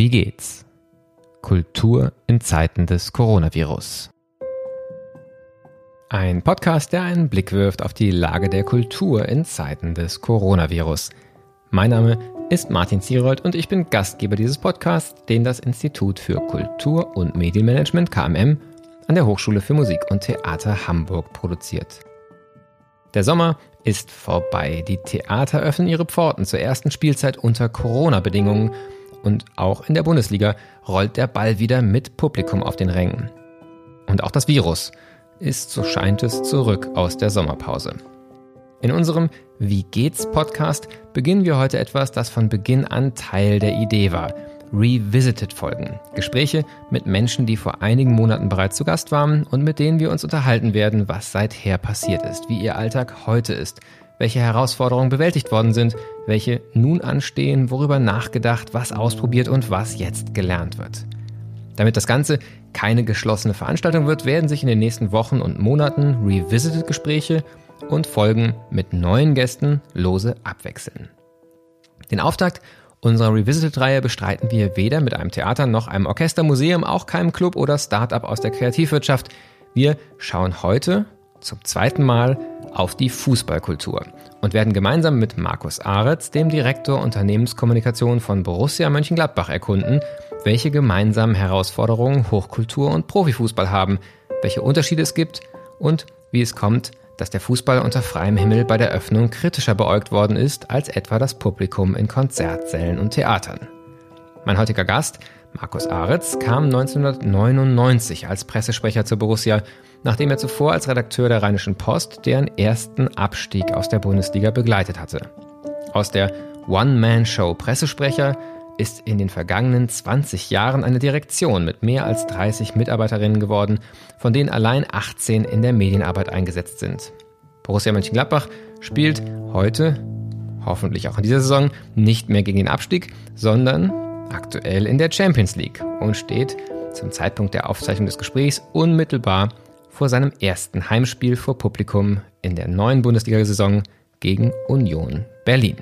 Wie geht's? Kultur in Zeiten des Coronavirus. Ein Podcast, der einen Blick wirft auf die Lage der Kultur in Zeiten des Coronavirus. Mein Name ist Martin Zierold und ich bin Gastgeber dieses Podcasts, den das Institut für Kultur- und Medienmanagement KMM an der Hochschule für Musik und Theater Hamburg produziert. Der Sommer ist vorbei. Die Theater öffnen ihre Pforten zur ersten Spielzeit unter Corona-Bedingungen und auch in der Bundesliga rollt der Ball wieder mit Publikum auf den Rängen. Und auch das Virus ist, so scheint es, zurück aus der Sommerpause. In unserem Wie geht's Podcast beginnen wir heute etwas, das von Beginn an Teil der Idee war. Revisited-Folgen. Gespräche mit Menschen, die vor einigen Monaten bereits zu Gast waren und mit denen wir uns unterhalten werden, was seither passiert ist, wie ihr Alltag heute ist, welche Herausforderungen bewältigt worden sind, welche nun anstehen, worüber nachgedacht, was ausprobiert und was jetzt gelernt wird. Damit das Ganze keine geschlossene Veranstaltung wird, werden sich in den nächsten Wochen und Monaten Revisited-Gespräche und Folgen mit neuen Gästen lose abwechseln. Den Auftakt unserer Revisited-Reihe bestreiten wir weder mit einem Theater noch einem Orchestermuseum, auch keinem Club oder Start-up aus der Kreativwirtschaft. Wir schauen heute zum zweiten Mal auf die Fußballkultur und werden gemeinsam mit Markus Aretz, dem Direktor Unternehmenskommunikation von Borussia Mönchengladbach, erkunden, welche gemeinsamen Herausforderungen Hochkultur und Profifußball haben, welche Unterschiede es gibt und wie es kommt, dass der Fußball unter freiem Himmel bei der Öffnung kritischer beäugt worden ist als etwa das Publikum in Konzertsälen und Theatern. Mein heutiger Gast, Markus Aretz, kam 1999 als Pressesprecher zur Borussia, nachdem er zuvor als Redakteur der Rheinischen Post deren ersten Abstieg aus der Bundesliga begleitet hatte. Aus der One-Man-Show Pressesprecher ist in den vergangenen 20 Jahren eine Direktion mit mehr als 30 Mitarbeiterinnen geworden, von denen allein 18 in der Medienarbeit eingesetzt sind. Borussia Mönchengladbach spielt heute, hoffentlich auch in dieser Saison, nicht mehr gegen den Abstieg, sondern aktuell in der Champions League und steht zum Zeitpunkt der Aufzeichnung des Gesprächs unmittelbar vor seinem ersten Heimspiel vor Publikum in der neuen Bundesliga-Saison gegen Union Berlin.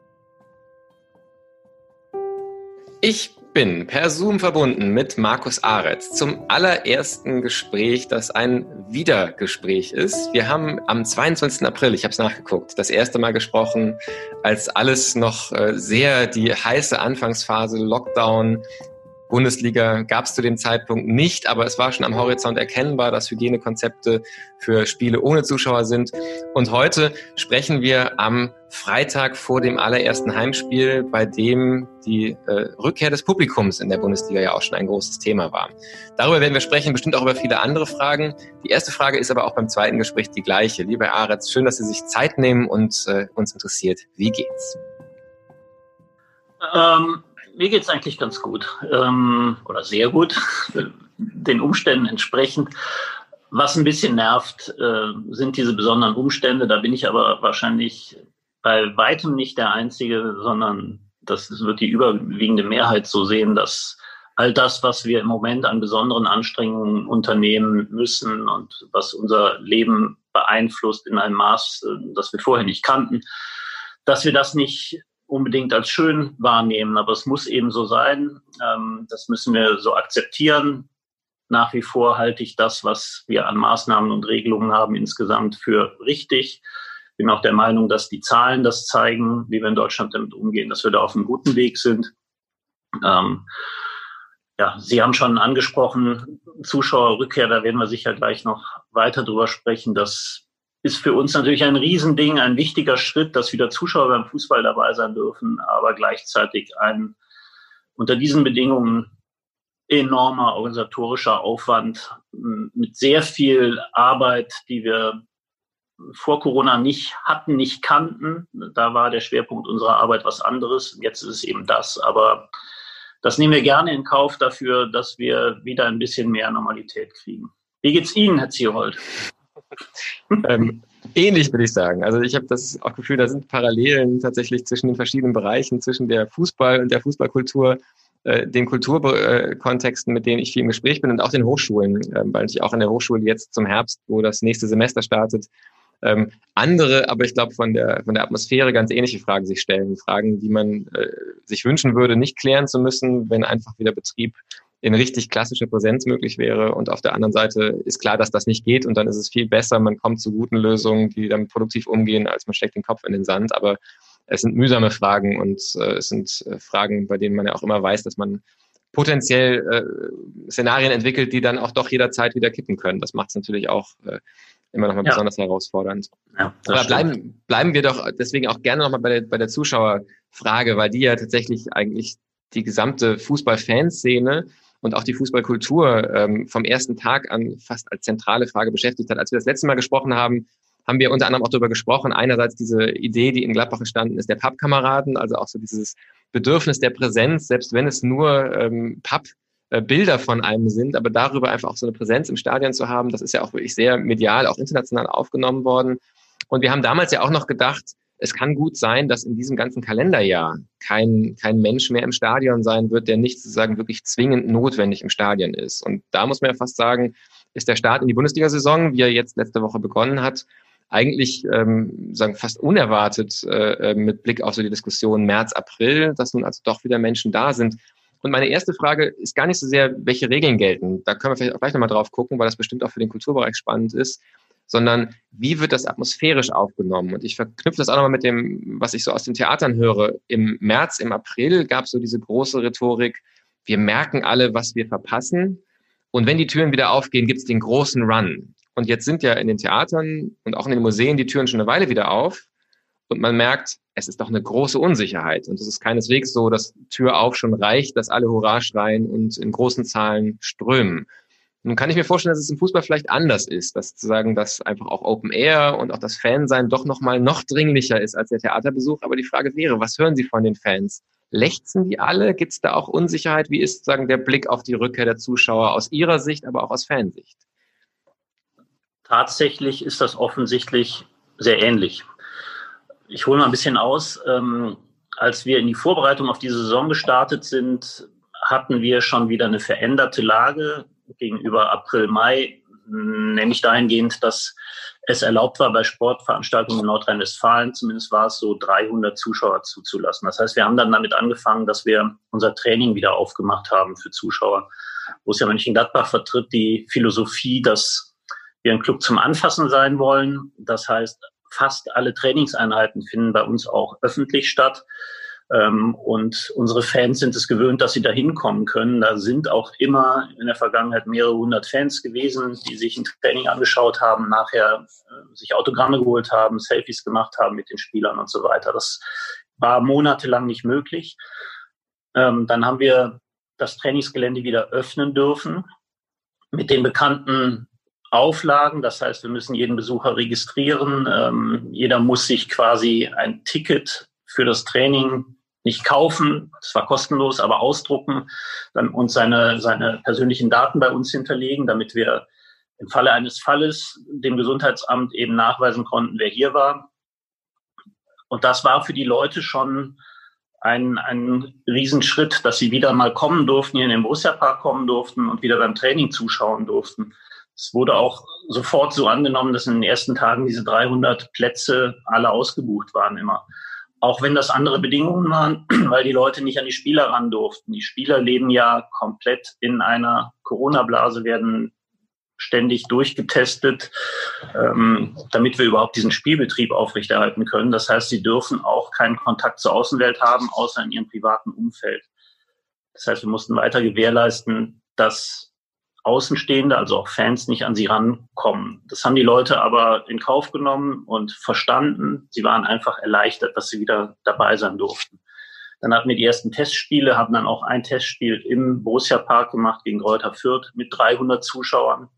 Ich bin per Zoom verbunden mit Markus Aretz zum allerersten Gespräch, das ein Wiedergespräch ist. Wir haben am 22. April, ich habe es nachgeguckt, das erste Mal gesprochen, als alles noch sehr die heiße Anfangsphase, Lockdown, Bundesliga gab es zu dem Zeitpunkt nicht, aber es war schon am Horizont erkennbar, dass Hygienekonzepte für Spiele ohne Zuschauer sind. Und heute sprechen wir am Freitag vor dem allerersten Heimspiel, bei dem die Rückkehr des Publikums in der Bundesliga ja auch schon ein großes Thema war. Darüber werden wir sprechen, bestimmt auch über viele andere Fragen. Die erste Frage ist aber auch beim zweiten Gespräch die gleiche. Lieber Herr Aretz, schön, dass Sie sich Zeit nehmen und uns interessiert. Wie geht's? Mir geht's eigentlich ganz gut oder sehr gut, den Umständen entsprechend. Was ein bisschen nervt, sind diese besonderen Umstände. Da bin ich aber wahrscheinlich bei weitem nicht der Einzige, sondern das wird die überwiegende Mehrheit so sehen, dass all das, was wir im Moment an besonderen Anstrengungen unternehmen müssen und was unser Leben beeinflusst in einem Maß, das wir vorher nicht kannten, dass wir das nicht unbedingt als schön wahrnehmen, aber es muss eben so sein. Das müssen wir so akzeptieren. Nach wie vor halte ich das, was wir an Maßnahmen und Regelungen haben, insgesamt für richtig. Bin auch der Meinung, dass die Zahlen das zeigen, wie wir in Deutschland damit umgehen, dass wir da auf einem guten Weg sind. Sie haben schon angesprochen, Zuschauerrückkehr, da werden wir sicher gleich noch weiter drüber sprechen. Das ist für uns natürlich ein Riesending, ein wichtiger Schritt, dass wieder Zuschauer beim Fußball dabei sein dürfen, aber gleichzeitig ein unter diesen Bedingungen enormer organisatorischer Aufwand mit sehr viel Arbeit, die wir vor Corona nicht hatten, nicht kannten. Da war der Schwerpunkt unserer Arbeit was anderes. Jetzt ist es eben das, aber das nehmen wir gerne in Kauf dafür, dass wir wieder ein bisschen mehr Normalität kriegen. Wie geht's Ihnen, Herr Zierold? Ähnlich würde ich sagen. Also ich habe das auch Gefühl, da sind Parallelen tatsächlich zwischen den verschiedenen Bereichen, zwischen der Fußball und der Fußballkultur, den Kulturkontexten, mit denen ich viel im Gespräch bin und auch den Hochschulen, weil ich auch an der Hochschule jetzt zum Herbst, wo das nächste Semester startet, Andere, aber ich glaube von der Atmosphäre ganz ähnliche Fragen sich stellen. Fragen, die man sich wünschen würde, nicht klären zu müssen, wenn einfach wieder Betrieb in richtig klassischer Präsenz möglich wäre. Und auf der anderen Seite ist klar, dass das nicht geht. Und dann ist es viel besser, man kommt zu guten Lösungen, die damit produktiv umgehen, als man steckt den Kopf in den Sand. Aber es sind mühsame Fragen und es sind Fragen, bei denen man ja auch immer weiß, dass man potenziell Szenarien entwickelt, die dann auch doch jederzeit wieder kippen können. Das macht es natürlich auch immer noch mal besonders herausfordernd. Ja, aber bleiben wir doch deswegen auch gerne noch mal bei der Zuschauerfrage, weil die ja tatsächlich eigentlich die gesamte Fußballfanszene und auch die Fußballkultur vom ersten Tag an fast als zentrale Frage beschäftigt hat. Als wir das letzte Mal gesprochen haben, haben wir unter anderem auch darüber gesprochen. Einerseits diese Idee, die in Gladbach entstanden ist, der Pappkameraden, also auch so dieses Bedürfnis der Präsenz, selbst wenn es nur Bilder von einem sind, aber darüber einfach auch so eine Präsenz im Stadion zu haben, das ist ja auch wirklich sehr medial, auch international aufgenommen worden. Und wir haben damals ja auch noch gedacht, es kann gut sein, dass in diesem ganzen Kalenderjahr kein Mensch mehr im Stadion sein wird, der nicht sozusagen wirklich zwingend notwendig im Stadion ist. Und da muss man ja fast sagen, ist der Start in die Bundesliga-Saison, wie er jetzt letzte Woche begonnen hat, eigentlich sagen fast unerwartet mit Blick auf so die Diskussion März, April, dass nun also doch wieder Menschen da sind. Und meine erste Frage ist gar nicht so sehr, welche Regeln gelten. Da können wir vielleicht auch gleich nochmal drauf gucken, weil das bestimmt auch für den Kulturbereich spannend ist, sondern wie wird das atmosphärisch aufgenommen? Und ich verknüpfe das auch nochmal mit dem, was ich so aus den Theatern höre. Im März, im April gab es so diese große Rhetorik, wir merken alle, was wir verpassen. Und wenn die Türen wieder aufgehen, gibt es den großen Run. Und jetzt sind ja in den Theatern und auch in den Museen die Türen schon eine Weile wieder auf. Und man merkt, es ist doch eine große Unsicherheit. Und es ist keineswegs so, dass Tür auf schon reicht, dass alle Hurra schreien und in großen Zahlen strömen. Nun kann ich mir vorstellen, dass es im Fußball vielleicht anders ist, dass sozusagen das einfach auch Open Air und auch das Fansein doch nochmal noch dringlicher ist als der Theaterbesuch. Aber die Frage wäre, was hören Sie von den Fans? Lechzen die alle? Gibt es da auch Unsicherheit? Wie ist sozusagen der Blick auf die Rückkehr der Zuschauer aus Ihrer Sicht, aber auch aus Fansicht? Tatsächlich ist das offensichtlich sehr ähnlich. Ich hole mal ein bisschen aus. Als wir in die Vorbereitung auf diese Saison gestartet sind, hatten wir schon wieder eine veränderte Lage gegenüber April, Mai, nämlich dahingehend, dass es erlaubt war, bei Sportveranstaltungen in Nordrhein-Westfalen, zumindest war es so, 300 Zuschauer zuzulassen. Das heißt, wir haben dann damit angefangen, dass wir unser Training wieder aufgemacht haben für Zuschauer. Borussia Mönchengladbach vertritt die Philosophie, dass wir ein Club zum Anfassen sein wollen. Das heißt, fast alle Trainingseinheiten finden bei uns auch öffentlich statt. Und unsere Fans sind es gewöhnt, dass sie da hinkommen können. Da sind auch immer in der Vergangenheit mehrere hundert Fans gewesen, die sich ein Training angeschaut haben, nachher sich Autogramme geholt haben, Selfies gemacht haben mit den Spielern und so weiter. Das war monatelang nicht möglich. Dann haben wir das Trainingsgelände wieder öffnen dürfen mit den bekannten Auflagen. Das heißt, wir müssen jeden Besucher registrieren. Jeder muss sich quasi ein Ticket für das Training nicht kaufen, das war kostenlos, aber ausdrucken und seine persönlichen Daten bei uns hinterlegen, damit wir im Falle eines Falles dem Gesundheitsamt eben nachweisen konnten, wer hier war. Und das war für die Leute schon ein Riesenschritt, dass sie wieder mal kommen durften, hier in den Borussia-Park kommen durften und wieder beim Training zuschauen durften. Es wurde auch sofort so angenommen, dass in den ersten Tagen diese 300 Plätze alle ausgebucht waren immer. Auch wenn das andere Bedingungen waren, weil die Leute nicht an die Spieler ran durften. Die Spieler leben ja komplett in einer Corona-Blase, werden ständig durchgetestet, damit wir überhaupt diesen Spielbetrieb aufrechterhalten können. Das heißt, sie dürfen auch keinen Kontakt zur Außenwelt haben, außer in ihrem privaten Umfeld. Das heißt, wir mussten weiter gewährleisten, dass Außenstehende, also auch Fans, nicht an sie rankommen. Das haben die Leute aber in Kauf genommen und verstanden. Sie waren einfach erleichtert, dass sie wieder dabei sein durften. Dann hatten wir die ersten Testspiele, haben dann auch ein Testspiel im Borussia-Park gemacht gegen Greuther Fürth mit 300 Zuschauern.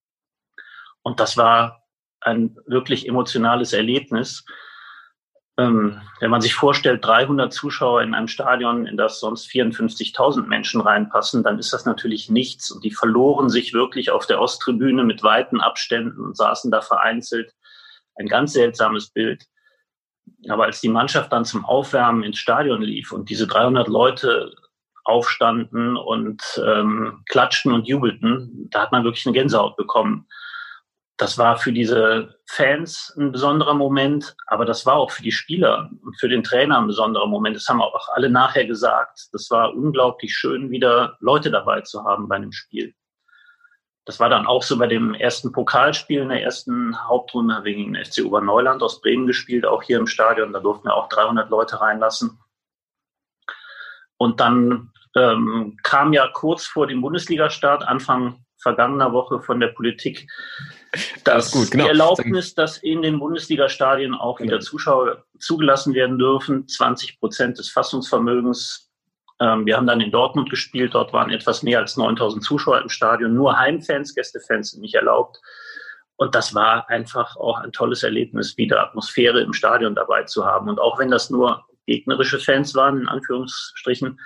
Und das war ein wirklich emotionales Erlebnis. Wenn man sich vorstellt, 300 Zuschauer in einem Stadion, in das sonst 54.000 Menschen reinpassen, dann ist das natürlich nichts. Und die verloren sich wirklich auf der Osttribüne mit weiten Abständen und saßen da vereinzelt. Ein ganz seltsames Bild. Aber als die Mannschaft dann zum Aufwärmen ins Stadion lief und diese 300 Leute aufstanden und klatschten und jubelten, da hat man wirklich eine Gänsehaut bekommen. das war für diese Fans ein besonderer Moment, aber das war auch für die Spieler und für den Trainer ein besonderer Moment. Das haben auch alle nachher gesagt. Das war unglaublich schön, wieder Leute dabei zu haben bei einem Spiel. Das war dann auch so bei dem ersten Pokalspiel in der ersten Hauptrunde, haben wir gegen den FC Oberneuland aus Bremen gespielt, auch hier im Stadion. Da durften wir auch 300 Leute reinlassen. Und dann kam ja kurz vor dem Bundesliga-Start, Anfang vergangener Woche von der Politik, dass die Erlaubnis, dass in den Bundesliga-Stadien auch wieder Zuschauer zugelassen werden dürfen, 20% des Fassungsvermögens. Wir haben dann in Dortmund gespielt, dort waren etwas mehr als 9.000 Zuschauer im Stadion, nur Heimfans, Gästefans sind nicht erlaubt. Und das war einfach auch ein tolles Erlebnis, wieder Atmosphäre im Stadion dabei zu haben. Und auch wenn das nur gegnerische Fans waren, in Anführungsstrichen,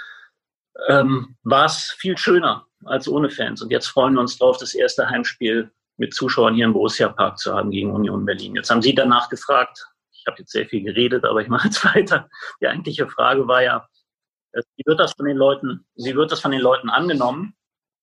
war es viel schöner als ohne Fans. Und jetzt freuen wir uns drauf, das erste Heimspiel mit Zuschauern hier im Borussia-Park zu haben gegen Union Berlin. Jetzt haben Sie danach gefragt, ich habe jetzt sehr viel geredet, aber ich mache jetzt weiter. Die eigentliche Frage war ja, wie wird das von den Leuten angenommen?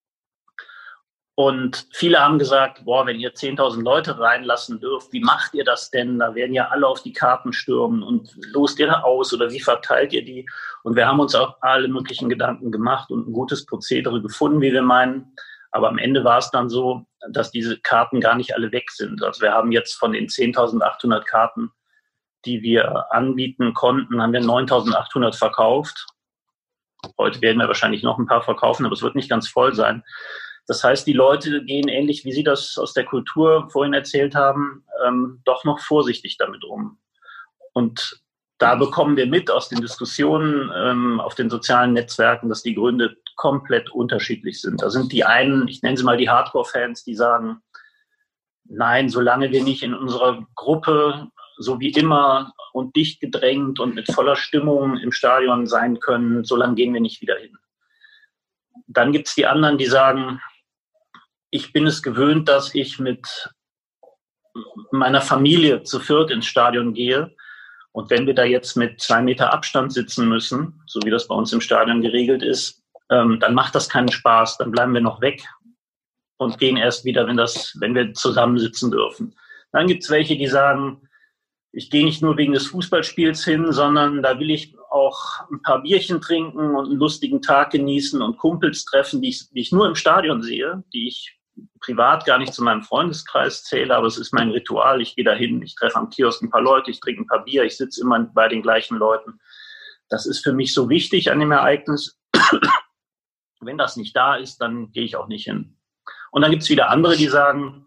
Und viele haben gesagt, wenn ihr 10.000 Leute reinlassen dürft, wie macht ihr das denn? Da werden ja alle auf die Karten stürmen und lost ihr da aus oder wie verteilt ihr die? Und wir haben uns auch alle möglichen Gedanken gemacht und ein gutes Prozedere gefunden, wie wir meinen. Aber am Ende war es dann so, dass diese Karten gar nicht alle weg sind. Also wir haben jetzt von den 10.800 Karten, die wir anbieten konnten, haben wir 9.800 verkauft. Heute werden wir wahrscheinlich noch ein paar verkaufen, aber es wird nicht ganz voll sein. Das heißt, die Leute gehen ähnlich, wie Sie das aus der Kultur vorhin erzählt haben, doch noch vorsichtig damit um. Und da bekommen wir mit aus den Diskussionen auf den sozialen Netzwerken, dass die Gründe komplett unterschiedlich sind. Da sind die einen, ich nenne sie mal die Hardcore-Fans, die sagen, nein, solange wir nicht in unserer Gruppe so wie immer und dicht gedrängt und mit voller Stimmung im Stadion sein können, solange gehen wir nicht wieder hin. Dann gibt es die anderen, die sagen, ich bin es gewöhnt, dass ich mit meiner Familie zu viert ins Stadion gehe. Und wenn wir da jetzt mit 2 Meter Abstand sitzen müssen, so wie das bei uns im Stadion geregelt ist, dann macht das keinen Spaß. Dann bleiben wir noch weg und gehen erst wieder, wenn wir zusammensitzen dürfen. Dann gibt es welche, die sagen, ich gehe nicht nur wegen des Fußballspiels hin, sondern da will ich auch ein paar Bierchen trinken und einen lustigen Tag genießen und Kumpels treffen, die ich nur im Stadion sehe, die ich privat gar nicht zu meinem Freundeskreis zähle, aber es ist mein Ritual. Ich gehe dahin, ich treffe am Kiosk ein paar Leute, ich trinke ein paar Bier, ich sitze immer bei den gleichen Leuten. Das ist für mich so wichtig an dem Ereignis. Wenn das nicht da ist, dann gehe ich auch nicht hin. Und dann gibt es wieder andere, die sagen,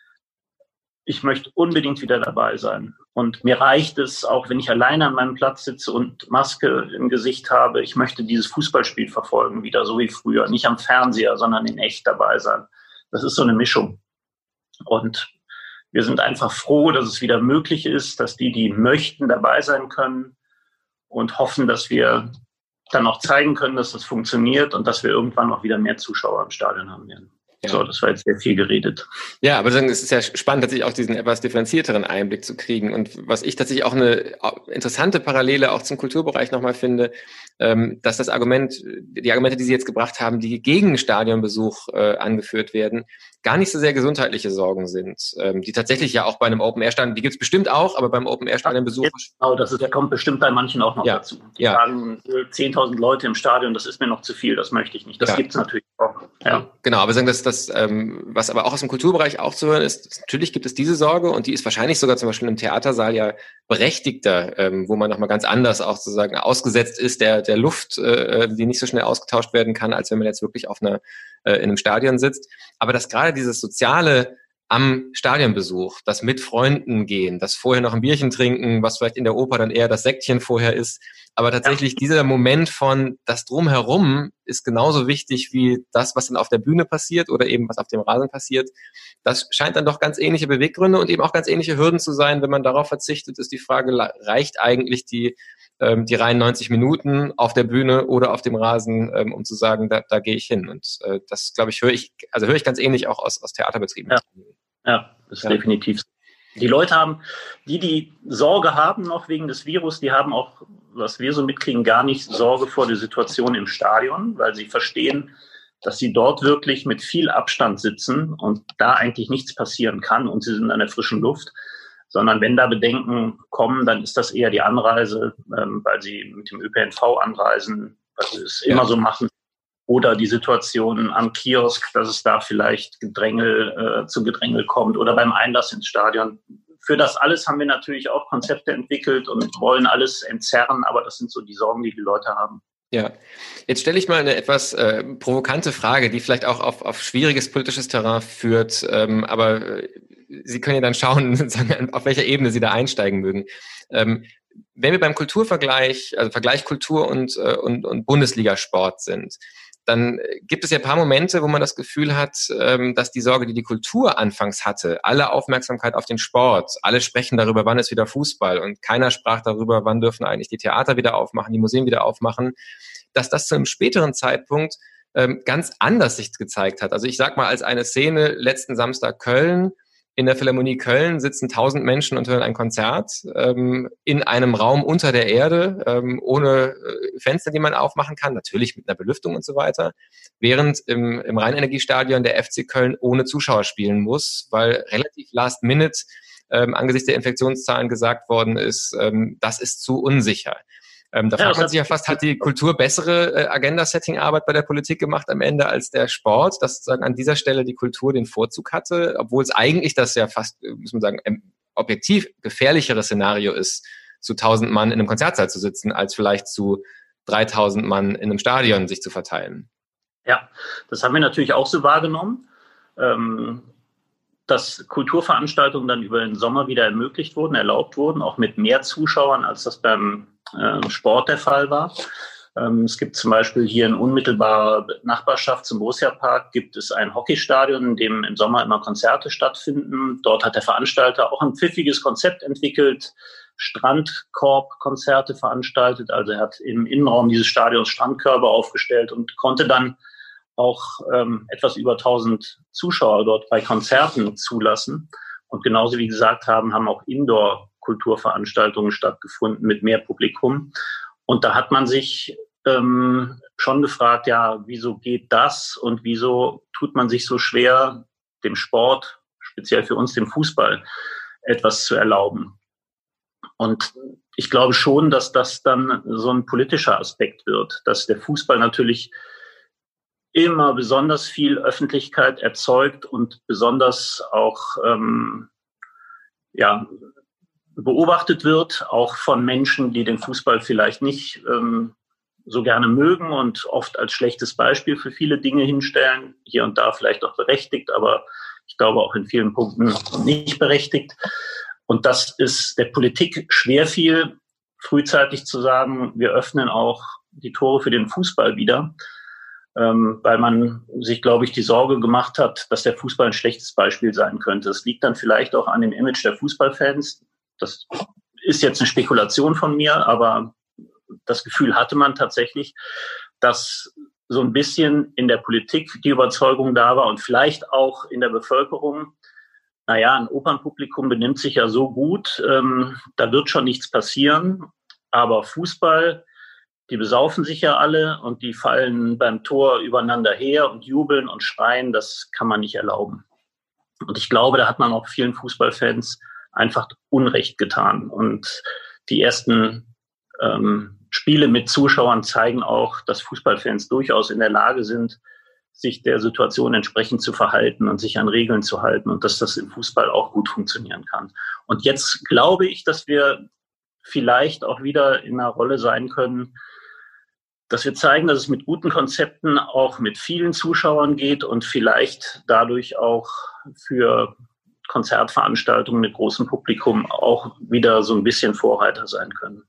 ich möchte unbedingt wieder dabei sein. Und mir reicht es, auch wenn ich alleine an meinem Platz sitze und Maske im Gesicht habe, ich möchte dieses Fußballspiel verfolgen wieder, so wie früher. Nicht am Fernseher, sondern in echt dabei sein. Das ist so eine Mischung. Und wir sind einfach froh, dass es wieder möglich ist, dass die möchten, dabei sein können und hoffen, dass wir dann auch zeigen können, dass das funktioniert und dass wir irgendwann auch wieder mehr Zuschauer im Stadion haben werden. Ja. So, das war jetzt sehr viel geredet. Ja, aber es ist ja spannend, tatsächlich auch diesen etwas differenzierteren Einblick zu kriegen. Und was ich tatsächlich auch eine interessante Parallele auch zum Kulturbereich nochmal finde, dass die Argumente, die Sie jetzt gebracht haben, die gegen Stadionbesuch angeführt werden, gar nicht so sehr gesundheitliche Sorgen sind, die tatsächlich ja auch bei einem Open-Air-Stadion, die gibt es bestimmt auch, aber beim Open-Air-Stadion-Besuch... Genau, kommt bestimmt bei manchen auch noch dazu. Die sagen, 10.000 Leute im Stadion, das ist mir noch zu viel, das möchte ich nicht. Das gibt es natürlich auch. Ja. Genau, aber sagen, was aber auch aus dem Kulturbereich auch zu hören ist, natürlich gibt es diese Sorge und die ist wahrscheinlich sogar zum Beispiel im Theatersaal ja berechtigter, wo man nochmal ganz anders auch sozusagen ausgesetzt ist der Luft, die nicht so schnell ausgetauscht werden kann, als wenn man jetzt wirklich in einem Stadion sitzt. Aber dass gerade dieses Soziale am Stadionbesuch, das mit Freunden gehen, das vorher noch ein Bierchen trinken, was vielleicht in der Oper dann eher das Säckchen vorher ist, aber tatsächlich dieser Moment von das Drumherum ist genauso wichtig wie das, was dann auf der Bühne passiert oder eben was auf dem Rasen passiert. Das scheint dann doch ganz ähnliche Beweggründe und eben auch ganz ähnliche Hürden zu sein. Wenn man darauf verzichtet, ist die Frage, reicht eigentlich die reinen 90 Minuten auf der Bühne oder auf dem Rasen, um zu sagen, da gehe ich hin. Und das, glaube ich, höre ich ganz ähnlich auch aus Theaterbetrieben. Ja, das ist definitiv so. Die Leute haben, die Sorge haben noch wegen des Virus, die haben auch, was wir so mitkriegen, gar nicht Sorge vor der Situation im Stadion, weil sie verstehen, dass sie dort wirklich mit viel Abstand sitzen und da eigentlich nichts passieren kann und sie sind an der frischen Luft, sondern wenn da Bedenken kommen, dann ist das eher die Anreise, weil sie mit dem ÖPNV anreisen, weil sie es immer so machen, oder die Situation am Kiosk, dass es da vielleicht zu Gedrängel kommt oder beim Einlass ins Stadion. Für das alles haben wir natürlich auch Konzepte entwickelt und wollen alles entzerren, aber das sind so die Sorgen, die Leute haben. Ja, jetzt stelle ich mal eine etwas provokante Frage, die vielleicht auch auf schwieriges politisches Terrain führt, aber Sie können ja dann schauen, auf welcher Ebene Sie da einsteigen mögen. Wenn wir beim Kulturvergleich, also Vergleich Kultur und Bundesligasport sind, dann gibt es ja ein paar Momente, wo man das Gefühl hat, dass die Sorge, die Kultur anfangs hatte, alle Aufmerksamkeit auf den Sport, alle sprechen darüber, wann ist wieder Fußball und keiner sprach darüber, wann dürfen eigentlich die Theater wieder aufmachen, die Museen wieder aufmachen, dass das zu einem späteren Zeitpunkt ganz anders sich gezeigt hat. Also ich sag mal, als eine Szene letzten Samstag Köln, in der Philharmonie Köln sitzen 1000 Menschen und hören ein Konzert in einem Raum unter der Erde, ohne Fenster, die man aufmachen kann, natürlich mit einer Belüftung und so weiter, während im Rheinenergiestadion der FC Köln ohne Zuschauer spielen muss, weil relativ last minute angesichts der Infektionszahlen gesagt worden ist, das ist zu unsicher. Da fragt man sich ja fast, hat die Kultur bessere Agenda-Setting-Arbeit bei der Politik gemacht am Ende als der Sport, dass sozusagen an dieser Stelle die Kultur den Vorzug hatte, obwohl es eigentlich das ja fast, muss man sagen, objektiv gefährlichere Szenario ist, zu 1000 Mann in einem Konzertsaal zu sitzen, als vielleicht zu 3000 Mann in einem Stadion sich zu verteilen. Ja, das haben wir natürlich auch so wahrgenommen, dass Kulturveranstaltungen dann über den Sommer wieder erlaubt wurden, auch mit mehr Zuschauern, als das beim Sport der Fall war. Es gibt zum Beispiel hier in unmittelbarer Nachbarschaft zum Borussia-Park gibt es ein Hockeystadion, in dem im Sommer immer Konzerte stattfinden. Dort hat der Veranstalter auch ein pfiffiges Konzept entwickelt, Strandkorb-Konzerte veranstaltet. Also er hat im Innenraum dieses Stadions Strandkörbe aufgestellt und konnte dann auch etwas über 1000 Zuschauer dort bei Konzerten zulassen. Und genauso wie gesagt haben auch Indoor-Kulturveranstaltungen stattgefunden mit mehr Publikum. Und da hat man sich schon gefragt, ja, wieso geht das und wieso tut man sich so schwer, dem Sport, speziell für uns, dem Fußball, etwas zu erlauben. Und ich glaube schon, dass das dann so ein politischer Aspekt wird, dass der Fußball natürlich immer besonders viel Öffentlichkeit erzeugt und besonders auch beobachtet wird, auch von Menschen, die den Fußball vielleicht nicht so gerne mögen und oft als schlechtes Beispiel für viele Dinge hinstellen, hier und da vielleicht auch berechtigt, aber ich glaube auch in vielen Punkten nicht berechtigt. Und das ist der Politik schwer fiel, frühzeitig zu sagen, wir öffnen auch die Tore für den Fußball wieder, weil man sich, glaube ich, die Sorge gemacht hat, dass der Fußball ein schlechtes Beispiel sein könnte. Es liegt dann vielleicht auch an dem Image der Fußballfans. Das ist jetzt eine Spekulation von mir, aber das Gefühl hatte man tatsächlich, dass so ein bisschen in der Politik die Überzeugung da war und vielleicht auch in der Bevölkerung, naja, ein Opernpublikum benimmt sich ja so gut, da wird schon nichts passieren, aber Fußball, die besaufen sich ja alle und die fallen beim Tor übereinander her und jubeln und schreien, das kann man nicht erlauben. Und ich glaube, da hat man auch vielen Fußballfans einfach Unrecht getan. Und die ersten Spiele mit Zuschauern zeigen auch, dass Fußballfans durchaus in der Lage sind, sich der Situation entsprechend zu verhalten und sich an Regeln zu halten und dass das im Fußball auch gut funktionieren kann. Und jetzt glaube ich, dass wir vielleicht auch wieder in einer Rolle sein können, dass wir zeigen, dass es mit guten Konzepten auch mit vielen Zuschauern geht und vielleicht dadurch auch für Konzertveranstaltungen mit großem Publikum auch wieder so ein bisschen Vorreiter sein können.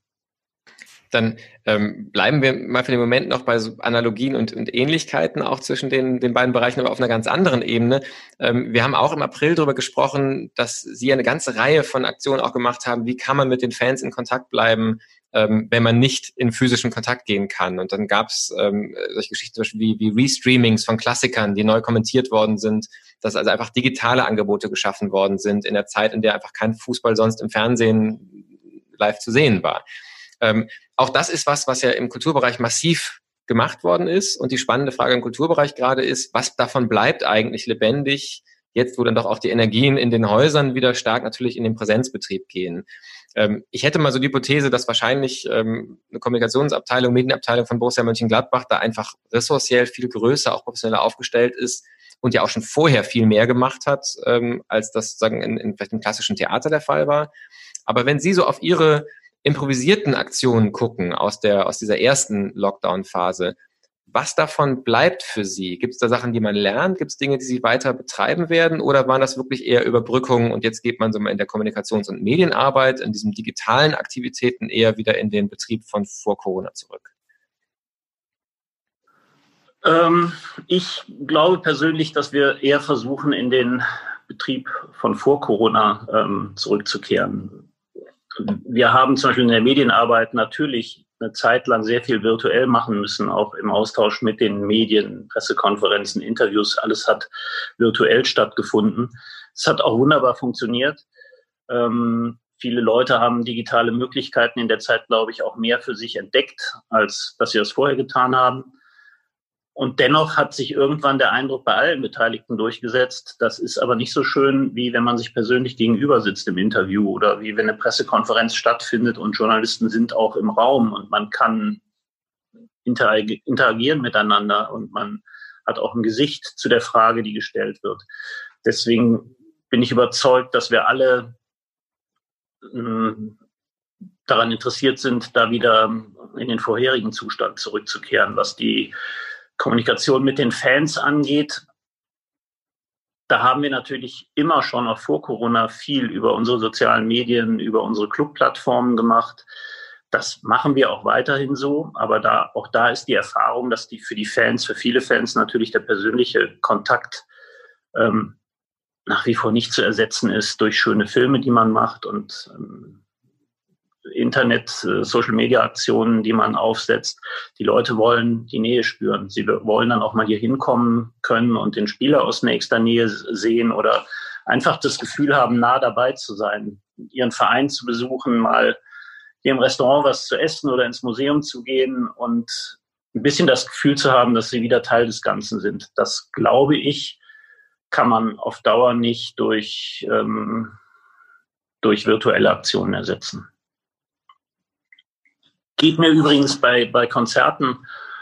Dann bleiben wir mal für den Moment noch bei so Analogien und Ähnlichkeiten auch zwischen den beiden Bereichen, aber auf einer ganz anderen Ebene. Wir haben auch im April darüber gesprochen, dass Sie eine ganze Reihe von Aktionen auch gemacht haben. Wie kann man mit den Fans in Kontakt bleiben, wenn man nicht in physischen Kontakt gehen kann? Und dann gab es solche Geschichten zum Beispiel wie Restreamings von Klassikern, die neu kommentiert worden sind, dass also einfach digitale Angebote geschaffen worden sind in der Zeit, in der einfach kein Fußball sonst im Fernsehen live zu sehen war. Auch das ist was ja im Kulturbereich massiv gemacht worden ist. Und die spannende Frage im Kulturbereich gerade ist, was davon bleibt eigentlich lebendig, jetzt wo dann doch auch die Energien in den Häusern wieder stark natürlich in den Präsenzbetrieb gehen. Ich hätte mal so die Hypothese, dass wahrscheinlich eine Kommunikationsabteilung, Medienabteilung von Borussia Mönchengladbach da einfach ressourciell viel größer, auch professioneller aufgestellt ist und ja auch schon vorher viel mehr gemacht hat, als das sagen in vielleicht im klassischen Theater der Fall war. Aber wenn Sie so auf Ihre improvisierten Aktionen gucken aus dieser ersten Lockdown-Phase, was davon bleibt für Sie? Gibt es da Sachen, die man lernt? Gibt es Dinge, die Sie weiter betreiben werden? Oder waren das wirklich eher Überbrückungen und jetzt geht man so mal in der Kommunikations- und Medienarbeit, in diesen digitalen Aktivitäten eher wieder in den Betrieb von vor Corona zurück? Ich glaube persönlich, dass wir eher versuchen, in den Betrieb von vor Corona zurückzukehren. Wir haben zum Beispiel in der Medienarbeit natürlich eine Zeit lang sehr viel virtuell machen müssen, auch im Austausch mit den Medien, Pressekonferenzen, Interviews, alles hat virtuell stattgefunden. Es hat auch wunderbar funktioniert. Viele Leute haben digitale Möglichkeiten in der Zeit, glaube ich, auch mehr für sich entdeckt, als dass sie das vorher getan haben. Und dennoch hat sich irgendwann der Eindruck bei allen Beteiligten durchgesetzt, das ist aber nicht so schön, wie wenn man sich persönlich gegenüber sitzt im Interview oder wie wenn eine Pressekonferenz stattfindet und Journalisten sind auch im Raum und man kann interagieren miteinander und man hat auch ein Gesicht zu der Frage, die gestellt wird. Deswegen bin ich überzeugt, dass wir alle daran interessiert sind, da wieder in den vorherigen Zustand zurückzukehren, was die Kommunikation mit den Fans angeht. Da haben wir natürlich immer schon auch vor Corona viel über unsere sozialen Medien, über unsere Clubplattformen gemacht. Das machen wir auch weiterhin so, aber auch da ist die Erfahrung, dass für viele Fans natürlich der persönliche Kontakt nach wie vor nicht zu ersetzen ist durch schöne Filme, die man macht und Internet, Social-Media-Aktionen, die man aufsetzt. Die Leute wollen die Nähe spüren. Sie wollen dann auch mal hier hinkommen können und den Spieler aus nächster Nähe sehen oder einfach das Gefühl haben, nah dabei zu sein, ihren Verein zu besuchen, mal hier im Restaurant was zu essen oder ins Museum zu gehen und ein bisschen das Gefühl zu haben, dass sie wieder Teil des Ganzen sind. Das, glaube ich, kann man auf Dauer nicht durch virtuelle Aktionen ersetzen. Geht mir übrigens bei Konzerten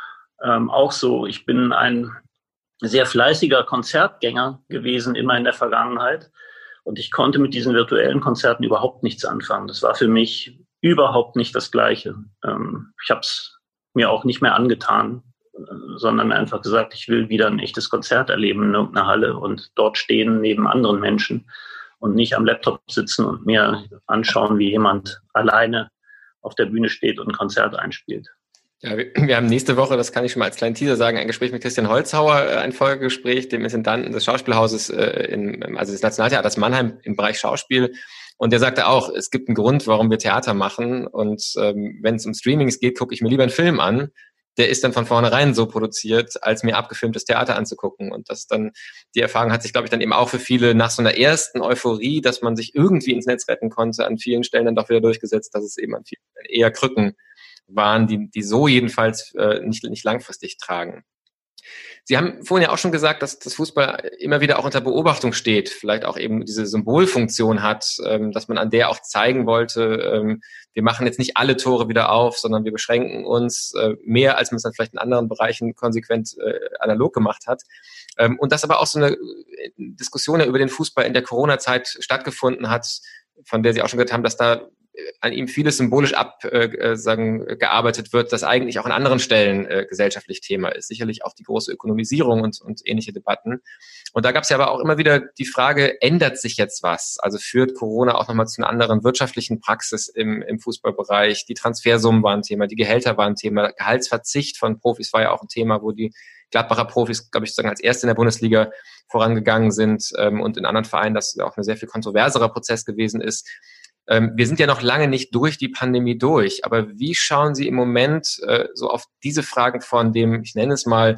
auch so. Ich bin ein sehr fleißiger Konzertgänger gewesen, immer in der Vergangenheit. Und ich konnte mit diesen virtuellen Konzerten überhaupt nichts anfangen. Das war für mich überhaupt nicht das Gleiche. Ich habe es mir auch nicht mehr angetan, sondern mir einfach gesagt, ich will wieder ein echtes Konzert erleben in irgendeiner Halle und dort stehen neben anderen Menschen und nicht am Laptop sitzen und mir anschauen, wie jemand alleine auf der Bühne steht und ein Konzert einspielt. Ja, wir haben nächste Woche, das kann ich schon mal als kleinen Teaser sagen, ein Gespräch mit Christian Holzhauer, ein Folgegespräch, dem Intendanten des Schauspielhauses, also des Nationaltheaters Mannheim im Bereich Schauspiel. Und der sagte auch, es gibt einen Grund, warum wir Theater machen. Und wenn es um Streamings geht, gucke ich mir lieber einen Film an. Der ist dann von vornherein so produziert, als mir abgefilmtes Theater anzugucken. Und das dann, die Erfahrung hat sich, glaube ich, dann eben auch für viele nach so einer ersten Euphorie, dass man sich irgendwie ins Netz retten konnte, an vielen Stellen dann doch wieder durchgesetzt, dass es eben an vielen Stellen eher Krücken waren, die so jedenfalls nicht langfristig tragen. Sie haben vorhin ja auch schon gesagt, dass das Fußball immer wieder auch unter Beobachtung steht, vielleicht auch eben diese Symbolfunktion hat, dass man an der auch zeigen wollte, wir machen jetzt nicht alle Tore wieder auf, sondern wir beschränken uns mehr, als man es dann vielleicht in anderen Bereichen konsequent analog gemacht hat. Und dass aber auch so eine Diskussion ja über den Fußball in der Corona-Zeit stattgefunden hat, von der Sie auch schon gehört haben, dass da an ihm vieles symbolisch gearbeitet wird, das eigentlich auch an anderen Stellen gesellschaftlich Thema ist. Sicherlich auch die große Ökonomisierung und ähnliche Debatten. Und da gab es ja aber auch immer wieder die Frage, ändert sich jetzt was? Also führt Corona auch nochmal zu einer anderen wirtschaftlichen Praxis im Fußballbereich? Die Transfersummen waren ein Thema, die Gehälter waren ein Thema, Gehaltsverzicht von Profis war ja auch ein Thema, wo die Gladbacher Profis, glaube ich, sozusagen als erste in der Bundesliga vorangegangen sind und in anderen Vereinen das auch ein sehr viel kontroverserer Prozess gewesen ist. Wir sind ja noch lange nicht durch die Pandemie durch, aber wie schauen Sie im Moment so auf diese Fragen von dem, ich nenne es mal,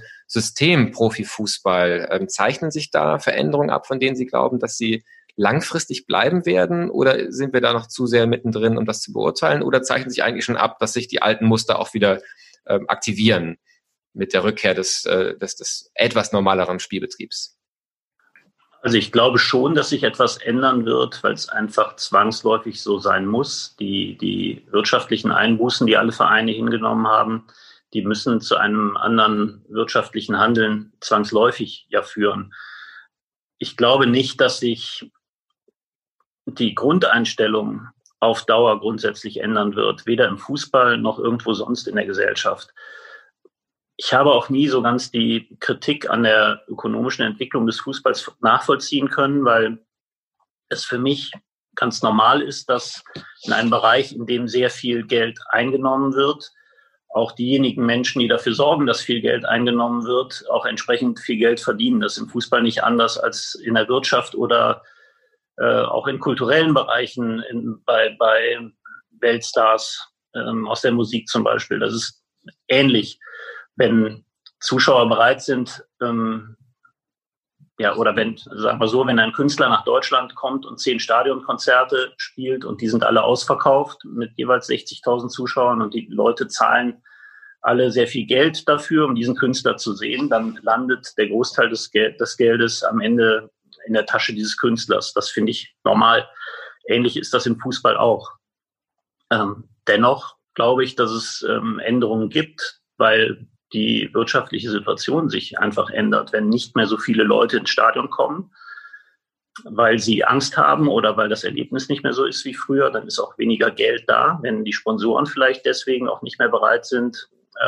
System-Profifußball? Zeichnen sich da Veränderungen ab, von denen Sie glauben, dass sie langfristig bleiben werden? Oder sind wir da noch zu sehr mittendrin, um das zu beurteilen? Oder zeichnen sich eigentlich schon ab, dass sich die alten Muster auch wieder aktivieren? mit der Rückkehr des etwas normaleren Spielbetriebs? Also ich glaube schon, dass sich etwas ändern wird, weil es einfach zwangsläufig so sein muss. Die wirtschaftlichen Einbußen, die alle Vereine hingenommen haben, die müssen zu einem anderen wirtschaftlichen Handeln zwangsläufig ja führen. Ich glaube nicht, dass sich die Grundeinstellung auf Dauer grundsätzlich ändern wird, weder im Fußball noch irgendwo sonst in der Gesellschaft. Ich habe auch nie so ganz die Kritik an der ökonomischen Entwicklung des Fußballs nachvollziehen können, weil es für mich ganz normal ist, dass in einem Bereich, in dem sehr viel Geld eingenommen wird, auch diejenigen Menschen, die dafür sorgen, dass viel Geld eingenommen wird, auch entsprechend viel Geld verdienen. Das ist im Fußball nicht anders als in der Wirtschaft oder auch in kulturellen Bereichen, bei Weltstars aus der Musik zum Beispiel. Das ist ähnlich. Wenn Zuschauer bereit sind, oder wenn, sagen wir so, wenn ein Künstler nach Deutschland kommt und 10 Stadionkonzerte spielt und die sind alle ausverkauft mit jeweils 60.000 Zuschauern und die Leute zahlen alle sehr viel Geld dafür, um diesen Künstler zu sehen, dann landet der Großteil des Geldes am Ende in der Tasche dieses Künstlers. Das finde ich normal. Ähnlich ist das im Fußball auch. Dennoch glaube ich, dass es Änderungen gibt, weil die wirtschaftliche Situation sich einfach ändert, wenn nicht mehr so viele Leute ins Stadion kommen, weil sie Angst haben oder weil das Erlebnis nicht mehr so ist wie früher, dann ist auch weniger Geld da. Wenn die Sponsoren vielleicht deswegen auch nicht mehr bereit sind,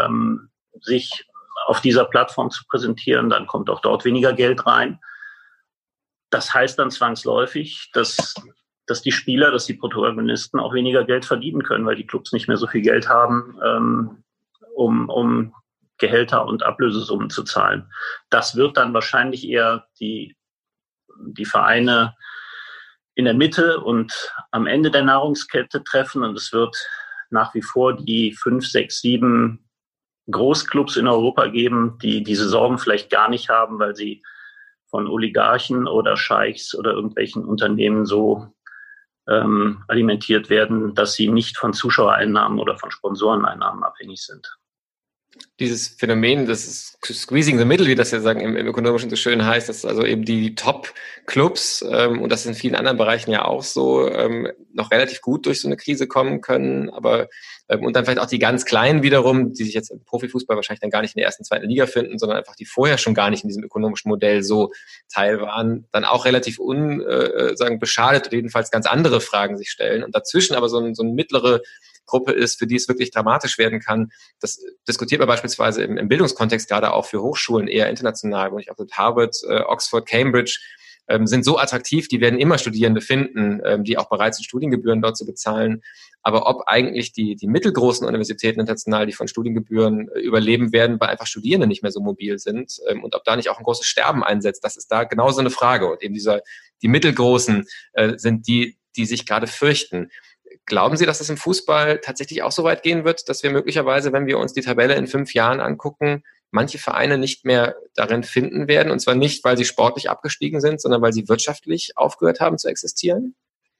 sich auf dieser Plattform zu präsentieren, dann kommt auch dort weniger Geld rein. Das heißt dann zwangsläufig, dass die Spieler, dass die Protagonisten auch weniger Geld verdienen können, weil die Clubs nicht mehr so viel Geld haben, um Gehälter und Ablösesummen zu zahlen. Das wird dann wahrscheinlich eher die Vereine in der Mitte und am Ende der Nahrungskette treffen. Und es wird nach wie vor die 5, 6, 7 Großclubs in Europa geben, die diese Sorgen vielleicht gar nicht haben, weil sie von Oligarchen oder Scheichs oder irgendwelchen Unternehmen so alimentiert werden, dass sie nicht von Zuschauereinnahmen oder von Sponsoreneinnahmen abhängig sind. Dieses Phänomen des Squeezing the Middle, wie das ja sagen im Ökonomischen so schön heißt, dass also eben die Top-Clubs, und das ist in vielen anderen Bereichen ja auch so, noch relativ gut durch so eine Krise kommen können, aber und dann vielleicht auch die ganz Kleinen wiederum, die sich jetzt im Profifußball wahrscheinlich dann gar nicht in der ersten, zweiten Liga finden, sondern einfach die vorher schon gar nicht in diesem ökonomischen Modell so Teil waren, dann auch relativ beschadet oder jedenfalls ganz andere Fragen sich stellen und dazwischen aber so eine mittlere Gruppe ist, für die es wirklich dramatisch werden kann. Das diskutiert man beispielsweise im Bildungskontext gerade auch für Hochschulen eher international, wo ich auch mit Harvard, Oxford, Cambridge sind so attraktiv, die werden immer Studierende finden, die auch bereit sind, Studiengebühren dort zu bezahlen. Aber ob eigentlich die mittelgroßen Universitäten international, die von Studiengebühren überleben werden, weil einfach Studierende nicht mehr so mobil sind und ob da nicht auch ein großes Sterben einsetzt, das ist da genauso eine Frage. Und eben die mittelgroßen sind die sich gerade fürchten. Glauben Sie, dass es im Fußball tatsächlich auch so weit gehen wird, dass wir möglicherweise, wenn wir uns die Tabelle in 5 Jahren angucken, manche Vereine nicht mehr darin finden werden? Und zwar nicht, weil sie sportlich abgestiegen sind, sondern weil sie wirtschaftlich aufgehört haben zu existieren?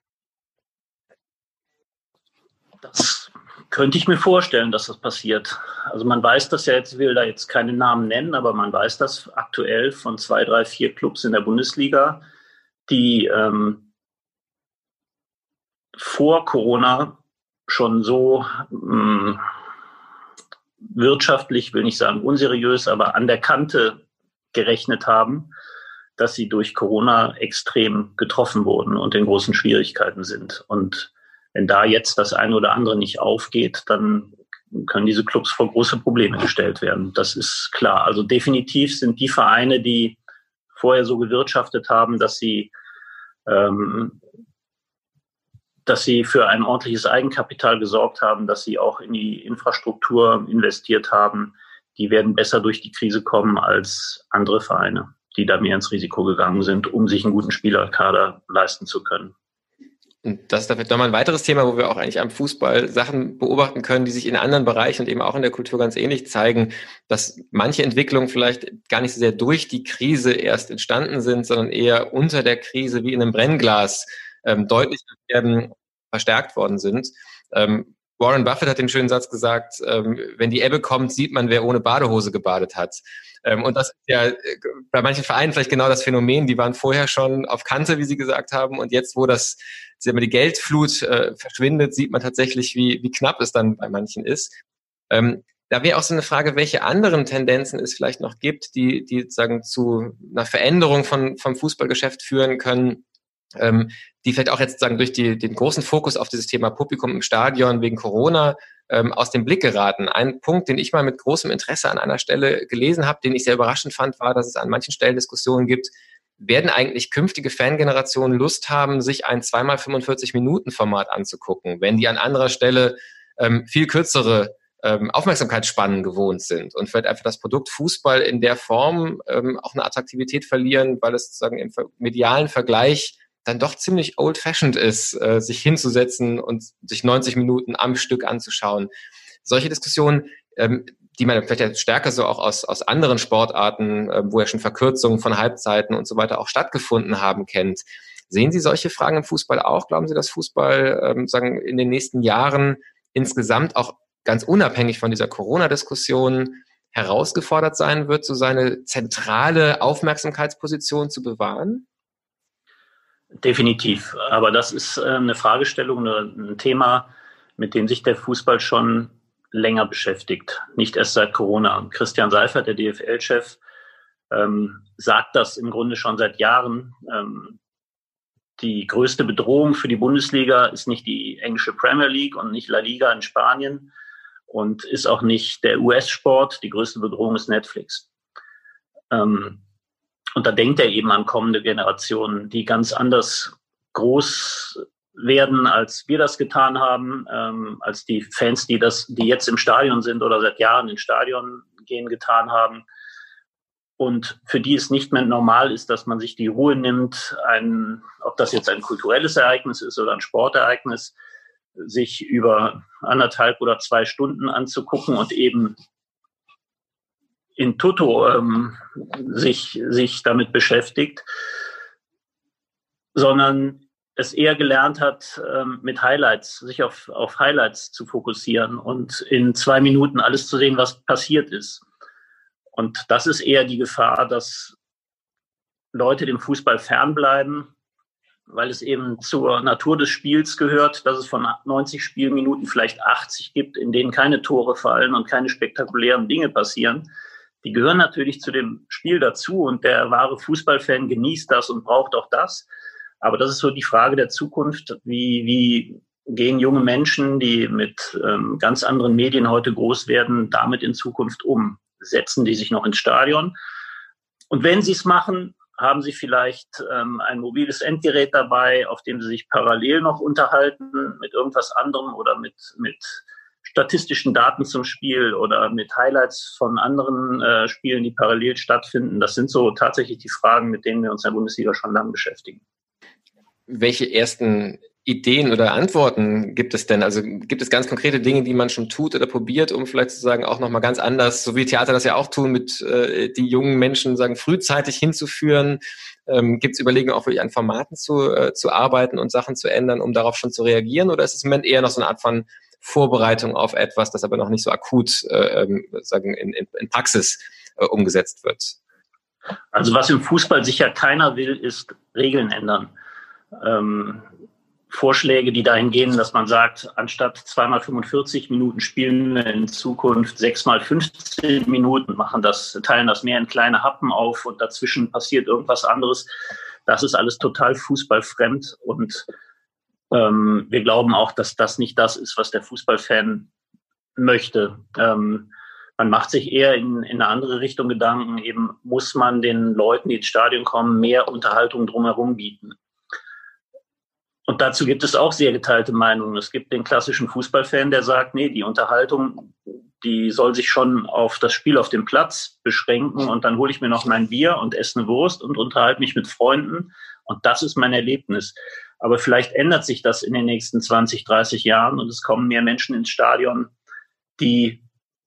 Das könnte ich mir vorstellen, dass das passiert. Also man weiß das ja jetzt, ich will da jetzt keine Namen nennen, aber man weiß das aktuell von 2, 3, 4 Clubs in der Bundesliga, die vor Corona schon so wirtschaftlich, will nicht sagen unseriös, aber an der Kante gerechnet haben, dass sie durch Corona extrem getroffen wurden und in großen Schwierigkeiten sind. Und wenn da jetzt das eine oder andere nicht aufgeht, dann können diese Clubs vor große Probleme gestellt werden. Das ist klar. Also definitiv sind die Vereine, die vorher so gewirtschaftet haben, dass sie für ein ordentliches Eigenkapital gesorgt haben, dass sie auch in die Infrastruktur investiert haben, die werden besser durch die Krise kommen als andere Vereine, die da mehr ins Risiko gegangen sind, um sich einen guten Spielerkader leisten zu können. Und das ist vielleicht nochmal ein weiteres Thema, wo wir auch eigentlich am Fußball Sachen beobachten können, die sich in anderen Bereichen und eben auch in der Kultur ganz ähnlich zeigen, dass manche Entwicklungen vielleicht gar nicht so sehr durch die Krise erst entstanden sind, sondern eher unter der Krise wie in einem Brennglas deutlich werden, verstärkt worden sind. Warren Buffett hat den schönen Satz gesagt, wenn die Ebbe kommt, sieht man, wer ohne Badehose gebadet hat. Und das ist ja bei manchen Vereinen vielleicht genau das Phänomen. Die waren vorher schon auf Kante, wie Sie gesagt haben. Und jetzt, wo die Geldflut verschwindet, sieht man tatsächlich, wie knapp es dann bei manchen ist. Da wäre auch so eine Frage, welche anderen Tendenzen es vielleicht noch gibt, die sozusagen zu einer Veränderung vom Fußballgeschäft führen können, die vielleicht auch jetzt sagen durch den großen Fokus auf dieses Thema Publikum im Stadion wegen Corona aus dem Blick geraten. Ein Punkt, den ich mal mit großem Interesse an einer Stelle gelesen habe, den ich sehr überraschend fand, war, dass es an manchen Stellen Diskussionen gibt, werden eigentlich künftige Fangenerationen Lust haben, sich ein 2x45-Minuten-Format anzugucken, wenn die an anderer Stelle viel kürzere Aufmerksamkeitsspannen gewohnt sind und vielleicht einfach das Produkt Fußball in der Form auch eine Attraktivität verlieren, weil es sozusagen im medialen Vergleich dann doch ziemlich old-fashioned ist, sich hinzusetzen und sich 90 Minuten am Stück anzuschauen. Solche Diskussionen, die man vielleicht ja stärker so auch aus anderen Sportarten, wo ja schon Verkürzungen von Halbzeiten und so weiter auch stattgefunden haben, kennt. Sehen Sie solche Fragen im Fußball auch? Glauben Sie, dass Fußball sagen in den nächsten Jahren insgesamt auch ganz unabhängig von dieser Corona-Diskussion herausgefordert sein wird, so seine zentrale Aufmerksamkeitsposition zu bewahren? Definitiv. Aber das ist eine Fragestellung, ein Thema, mit dem sich der Fußball schon länger beschäftigt. Nicht erst seit Corona. Christian Seifert, der DFL-Chef, sagt das im Grunde schon seit Jahren. Die größte Bedrohung für die Bundesliga ist nicht die englische Premier League und nicht La Liga in Spanien und ist auch nicht der US-Sport. Die größte Bedrohung ist Netflix. Und da denkt er eben an kommende Generationen, die ganz anders groß werden, als wir das getan haben, als die Fans, die jetzt im Stadion sind oder seit Jahren ins Stadion gehen, getan haben. Und für die es nicht mehr normal ist, dass man sich die Ruhe nimmt, ob das jetzt ein kulturelles Ereignis ist oder ein Sportereignis, sich über 1,5 oder 2 Stunden anzugucken und eben in Toto sich damit beschäftigt, sondern es eher gelernt hat, mit Highlights, sich auf Highlights zu fokussieren und in 2 Minuten alles zu sehen, was passiert ist. Und das ist eher die Gefahr, dass Leute dem Fußball fernbleiben, weil es eben zur Natur des Spiels gehört, dass es von 90 Spielminuten vielleicht 80 gibt, in denen keine Tore fallen und keine spektakulären Dinge passieren. Die gehören natürlich zu dem Spiel dazu und der wahre Fußballfan genießt das und braucht auch das. Aber das ist so die Frage der Zukunft. Wie gehen junge Menschen, die mit ganz anderen Medien heute groß werden, damit in Zukunft um? Setzen die sich noch ins Stadion? Und wenn sie es machen, haben sie vielleicht ein mobiles Endgerät dabei, auf dem sie sich parallel noch unterhalten mit irgendwas anderem oder mit statistischen Daten zum Spiel oder mit Highlights von anderen Spielen, die parallel stattfinden. Das sind so tatsächlich die Fragen, mit denen wir uns in der Bundesliga schon lange beschäftigen. Welche ersten Ideen oder Antworten gibt es denn? Also gibt es ganz konkrete Dinge, die man schon tut oder probiert, um vielleicht sozusagen auch nochmal ganz anders, so wie Theater das ja auch tun, mit die jungen Menschen sagen frühzeitig hinzuführen? Gibt es Überlegungen, auch wirklich an Formaten zu arbeiten und Sachen zu ändern, um darauf schon zu reagieren? Oder ist es im Moment eher noch so eine Art von Vorbereitung auf etwas, das aber noch nicht so akut sagen in Praxis umgesetzt wird? Also was im Fußball sicher keiner will, ist Regeln ändern. Vorschläge, die dahin gehen, dass man sagt, anstatt 2x45 Minuten spielen wir in Zukunft 6x15 Minuten, teilen das mehr in kleine Happen auf und dazwischen passiert irgendwas anderes. Das ist alles total fußballfremd und wir glauben auch, dass das nicht das ist, was der Fußballfan möchte. Man macht sich eher in eine andere Richtung Gedanken. Eben muss man den Leuten, die ins Stadion kommen, mehr Unterhaltung drumherum bieten. Und dazu gibt es auch sehr geteilte Meinungen. Es gibt den klassischen Fußballfan, der sagt, nee, die Unterhaltung, die soll sich schon auf das Spiel auf dem Platz beschränken und dann hole ich mir noch mein Bier und esse eine Wurst und unterhalte mich mit Freunden und das ist mein Erlebnis. Aber vielleicht ändert sich das in den nächsten 20, 30 Jahren und es kommen mehr Menschen ins Stadion, die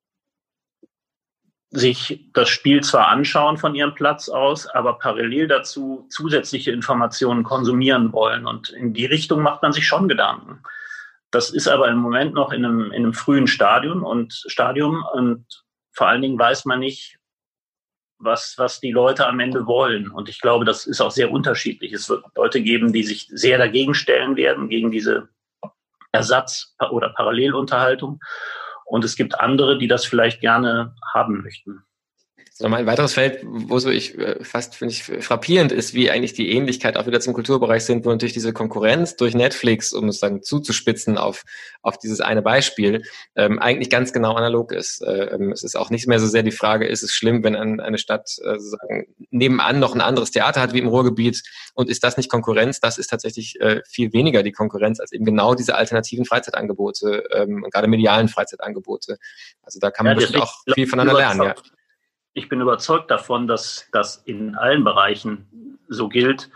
sich das Spiel zwar anschauen von ihrem Platz aus, aber parallel dazu zusätzliche Informationen konsumieren wollen. Und in die Richtung macht man sich schon Gedanken. Das ist aber im Moment noch in einem frühen Stadium und vor allen Dingen weiß man nicht, was die Leute am Ende wollen. Und ich glaube, das ist auch sehr unterschiedlich. Es wird Leute geben, die sich sehr dagegen stellen werden, gegen diese Ersatz- oder Parallelunterhaltung. Und es gibt andere, die das vielleicht gerne haben möchten. Nochmal ein weiteres Feld, wo es wirklich fast, finde ich, frappierend ist, wie eigentlich die Ähnlichkeit auch wieder zum Kulturbereich sind, wo natürlich diese Konkurrenz durch Netflix, um es dann zuzuspitzen auf dieses eine Beispiel, eigentlich ganz genau analog ist. Es ist auch nicht mehr so sehr die Frage, ist es schlimm, wenn eine Stadt sozusagen nebenan noch ein anderes Theater hat wie im Ruhrgebiet, und ist das nicht Konkurrenz? Das ist tatsächlich viel weniger die Konkurrenz als eben genau diese alternativen Freizeitangebote und gerade medialen Freizeitangebote. Also da kann man bestimmt auch viel voneinander lernen, ja. Ich bin überzeugt davon, dass das in allen Bereichen so gilt.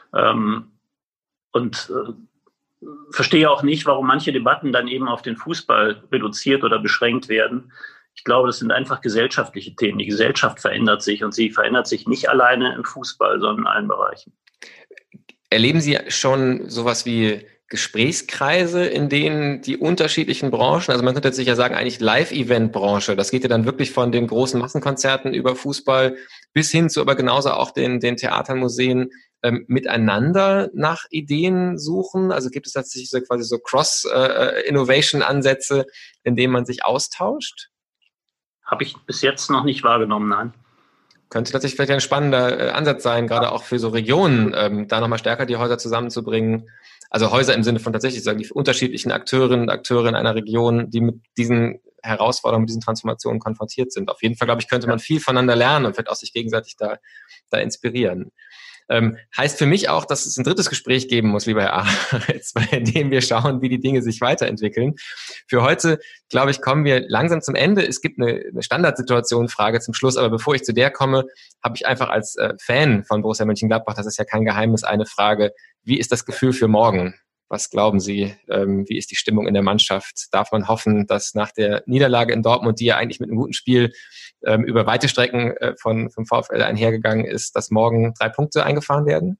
Verstehe auch nicht, warum manche Debatten dann eben auf den Fußball reduziert oder beschränkt werden. Ich glaube, das sind einfach gesellschaftliche Themen. Die Gesellschaft verändert sich und sie verändert sich nicht alleine im Fußball, sondern in allen Bereichen. Erleben Sie schon sowas wie Gesprächskreise, in denen die unterschiedlichen Branchen, also man könnte jetzt sicher sagen, eigentlich Live-Event-Branche, das geht ja dann wirklich von den großen Massenkonzerten über Fußball bis hin zu aber genauso auch den Theatern, Museen, miteinander nach Ideen suchen? Also gibt es tatsächlich so quasi so Cross-Innovation-Ansätze, in denen man sich austauscht? Habe ich bis jetzt noch nicht wahrgenommen, nein. Könnte tatsächlich vielleicht ein spannender Ansatz sein, gerade auch für so Regionen, da nochmal stärker die Häuser zusammenzubringen. Also Häuser im Sinne von tatsächlich sagen, die unterschiedlichen Akteurinnen und Akteure in einer Region, die mit diesen Herausforderungen, mit diesen Transformationen konfrontiert sind. Auf jeden Fall, glaube ich, könnte man viel voneinander lernen und vielleicht auch sich gegenseitig da inspirieren. Heißt für mich auch, dass es ein drittes Gespräch geben muss, lieber Herr Aretz, bei dem wir schauen, wie die Dinge sich weiterentwickeln. Für heute, glaube ich, kommen wir langsam zum Ende. Es gibt eine Standardsituation, Frage zum Schluss, aber bevor ich zu der komme, habe ich einfach als Fan von Borussia Mönchengladbach, das ist ja kein Geheimnis, eine Frage: Wie ist das Gefühl für morgen? Was glauben Sie? Wie ist die Stimmung in der Mannschaft? Darf man hoffen, dass nach der Niederlage in Dortmund, die ja eigentlich mit einem guten Spiel über weite Strecken vom VfL einhergegangen ist, dass morgen 3 Punkte eingefahren werden?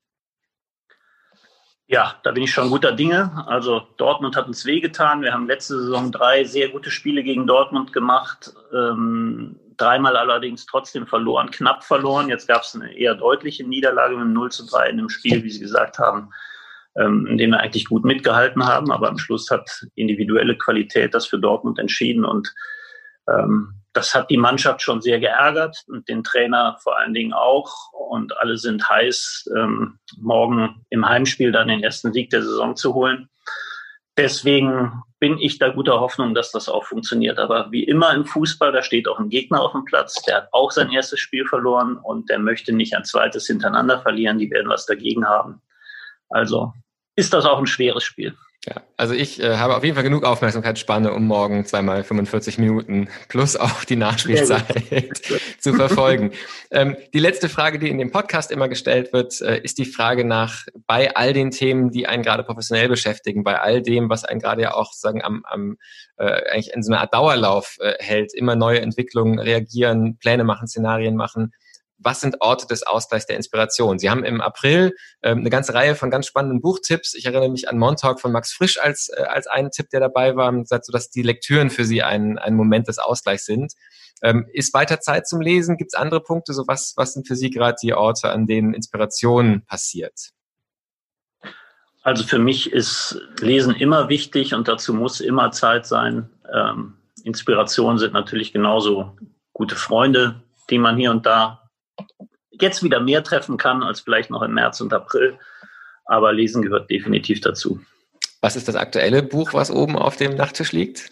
Ja, da bin ich schon guter Dinge. Also Dortmund hat uns wehgetan. Wir haben letzte Saison 3 sehr gute Spiele gegen Dortmund gemacht. 3-mal allerdings trotzdem verloren, knapp verloren. Jetzt gab es eine eher deutliche Niederlage mit 0-3 in einem Spiel, wie Sie gesagt haben, in dem wir eigentlich gut mitgehalten haben. Aber am Schluss hat individuelle Qualität das für Dortmund entschieden. Und das hat die Mannschaft schon sehr geärgert und den Trainer vor allen Dingen auch. Und alle sind heiß, morgen im Heimspiel dann den ersten Sieg der Saison zu holen. Deswegen bin ich da guter Hoffnung, dass das auch funktioniert. Aber wie immer im Fußball, da steht auch ein Gegner auf dem Platz. Der hat auch sein erstes Spiel verloren und der möchte nicht ein zweites hintereinander verlieren. Die werden was dagegen haben. Also ist das auch ein schweres Spiel. Ja, also ich habe auf jeden Fall genug Aufmerksamkeitsspanne, um morgen 2x 45 Minuten plus auch die Nachspielzeit zu verfolgen. Die letzte Frage, die in dem Podcast immer gestellt wird, ist die Frage nach, bei all den Themen, die einen gerade professionell beschäftigen, bei all dem, was einen gerade ja auch sagen eigentlich in so einer Art Dauerlauf hält, immer neue Entwicklungen reagieren, Pläne machen, Szenarien machen. Was sind Orte des Ausgleichs der Inspiration? Sie haben im April eine ganze Reihe von ganz spannenden Buchtipps. Ich erinnere mich an Montauk von Max Frisch als einen Tipp, der dabei war, und gesagt, so dass die Lektüren für Sie ein Moment des Ausgleichs sind. Ist weiter Zeit zum Lesen? Gibt es andere Punkte? So was sind für Sie gerade die Orte, an denen Inspiration passiert? Also für mich ist Lesen immer wichtig und dazu muss immer Zeit sein. Inspirationen sind natürlich genauso gute Freunde, die man hier und da jetzt wieder mehr treffen kann als vielleicht noch im März und April. Aber Lesen gehört definitiv dazu. Was ist das aktuelle Buch, was oben auf dem Nachttisch liegt?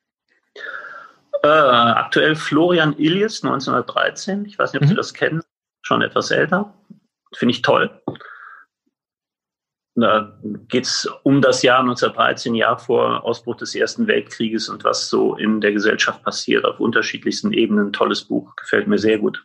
Aktuell Florian Illies, 1913. Ich weiß nicht, ob Sie das kennen. Schon etwas älter. Finde ich toll. Da geht es um das Jahr 1913, Jahr vor Ausbruch des Ersten Weltkrieges und was so in der Gesellschaft passiert auf unterschiedlichsten Ebenen. Tolles Buch, gefällt mir sehr gut.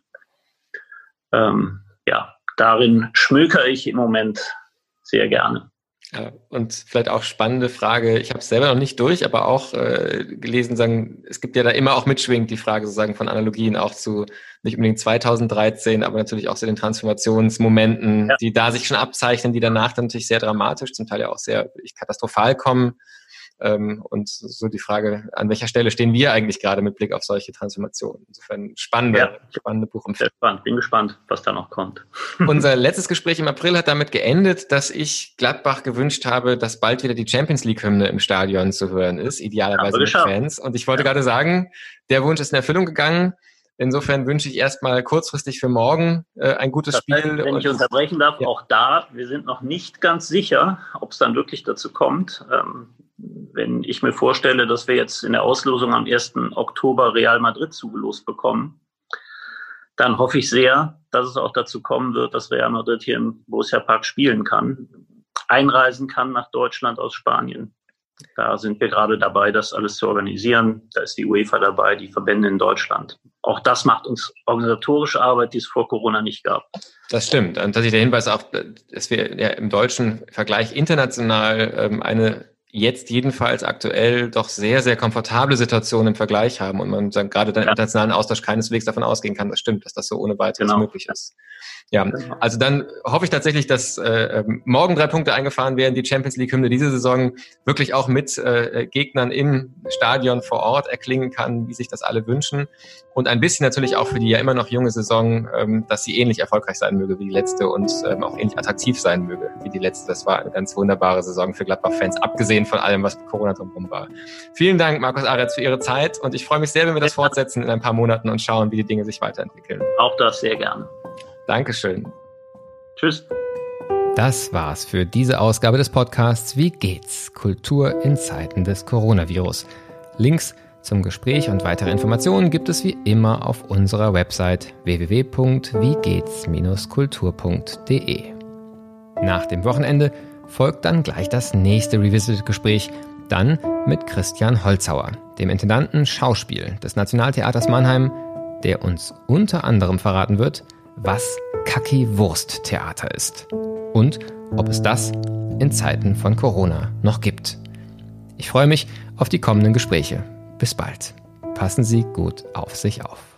Darin schmökere ich im Moment sehr gerne. Ja, und vielleicht auch spannende Frage, ich habe es selber noch nicht durch, aber auch gelesen, sagen, es gibt ja da immer auch mitschwingend die Frage sozusagen von Analogien auch zu nicht unbedingt 2013, aber natürlich auch zu den Transformationsmomenten, die da sich schon abzeichnen, die danach dann natürlich sehr dramatisch, zum Teil ja auch sehr katastrophal kommen. Und so die Frage, an welcher Stelle stehen wir eigentlich gerade mit Blick auf solche Transformationen? Insofern spannende Buchempfehlung. Sehr spannend. Bin gespannt, was da noch kommt. Unser letztes Gespräch im April hat damit geendet, dass ich Gladbach gewünscht habe, dass bald wieder die Champions League-Hymne im Stadion zu hören ist, idealerweise mit Fans. Und ich wollte gerade sagen, der Wunsch ist in Erfüllung gegangen. Insofern wünsche ich erstmal kurzfristig für morgen ein gutes Spiel. Wenn ich unterbrechen darf, auch da, wir sind noch nicht ganz sicher, ob es dann wirklich dazu kommt. Wenn ich mir vorstelle, dass wir jetzt in der Auslosung am 1. Oktober Real Madrid zugelost bekommen, dann hoffe ich sehr, dass es auch dazu kommen wird, dass Real Madrid hier im Borussia Park spielen kann, einreisen kann nach Deutschland aus Spanien. Da sind wir gerade dabei, das alles zu organisieren. Da ist die UEFA dabei, die Verbände in Deutschland. Auch das macht uns organisatorische Arbeit, die es vor Corona nicht gab. Das stimmt. Und tatsächlich der Hinweis auch, dass wir ja im deutschen Vergleich international eine jetzt jedenfalls aktuell doch sehr, sehr komfortable Situation im Vergleich haben und man dann gerade dann im internationalen Austausch keineswegs davon ausgehen kann, das stimmt, dass das so ohne weiteres möglich ist. Ja, also dann hoffe ich tatsächlich, dass morgen 3 Punkte eingefahren werden, die Champions League-Hymne diese Saison wirklich auch mit Gegnern im Stadion vor Ort erklingen kann, wie sich das alle wünschen. Und ein bisschen natürlich auch für die ja immer noch junge Saison, dass sie ähnlich erfolgreich sein möge wie die letzte und auch ähnlich attraktiv sein möge wie die letzte. Das war eine ganz wunderbare Saison für Gladbach-Fans, abgesehen von allem, was mit Corona drumherum war. Vielen Dank, Markus Aretz, für Ihre Zeit und ich freue mich sehr, wenn wir das fortsetzen in ein paar Monaten und schauen, wie die Dinge sich weiterentwickeln. Auch das sehr gerne. Dankeschön. Tschüss. Das war's für diese Ausgabe des Podcasts Wie geht's? Kultur in Zeiten des Coronavirus. Links zum Gespräch und weitere Informationen gibt es wie immer auf unserer Website www.wiegehts-kultur.de. Nach dem Wochenende folgt dann gleich das nächste Revisited-Gespräch, dann mit Christian Holzhauer, dem Intendanten Schauspiel des Nationaltheaters Mannheim, der uns unter anderem verraten wird, was Kacki-Wurst-Theater ist und ob es das in Zeiten von Corona noch gibt. Ich freue mich auf die kommenden Gespräche. Bis bald. Passen Sie gut auf sich auf.